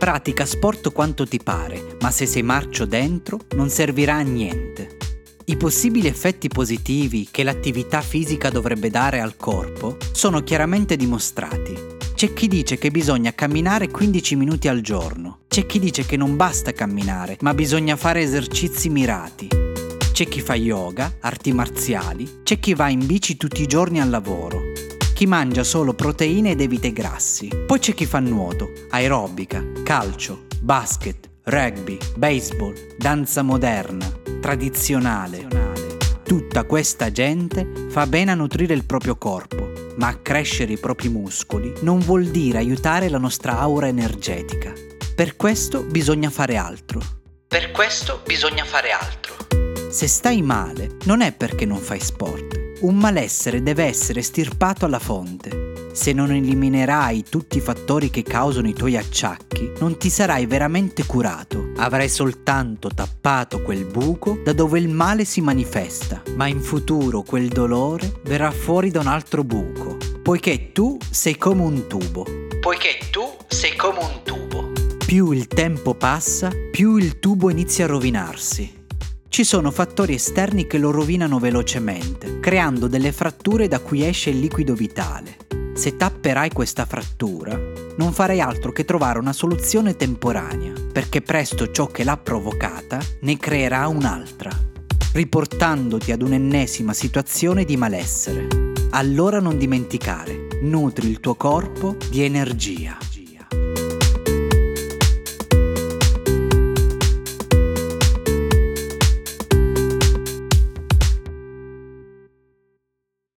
Pratica sport quanto ti pare, ma se sei marcio dentro non servirà a niente. I possibili effetti positivi che l'attività fisica dovrebbe dare al corpo sono chiaramente dimostrati. C'è chi dice che bisogna camminare 15 minuti al giorno. C'è chi dice che non basta camminare, ma bisogna fare esercizi mirati. C'è chi fa yoga, arti marziali, c'è chi va in bici tutti i giorni al lavoro. Chi mangia solo proteine ed evita i grassi. Poi c'è chi fa nuoto, aerobica, calcio, basket, rugby, baseball, danza moderna, tradizionale. Tutta questa gente fa bene a nutrire il proprio corpo, ma accrescere i propri muscoli non vuol dire aiutare la nostra aura energetica. Per questo bisogna fare altro. Se stai male, non è perché non fai sport. Un malessere deve essere estirpato alla fonte. Se non eliminerai tutti i fattori che causano i tuoi acciacchi, non ti sarai veramente curato. Avrai soltanto tappato quel buco da dove il male si manifesta, ma in futuro quel dolore verrà fuori da un altro buco, poiché tu sei come un tubo. Più il tempo passa, più il tubo inizia a rovinarsi. Ci sono fattori esterni che lo rovinano velocemente, creando delle fratture da cui esce il liquido vitale. Se tapperai questa frattura, non farai altro che trovare una soluzione temporanea, perché presto ciò che l'ha provocata ne creerà un'altra, riportandoti ad un'ennesima situazione di malessere. Allora non dimenticare, nutri il tuo corpo di energia.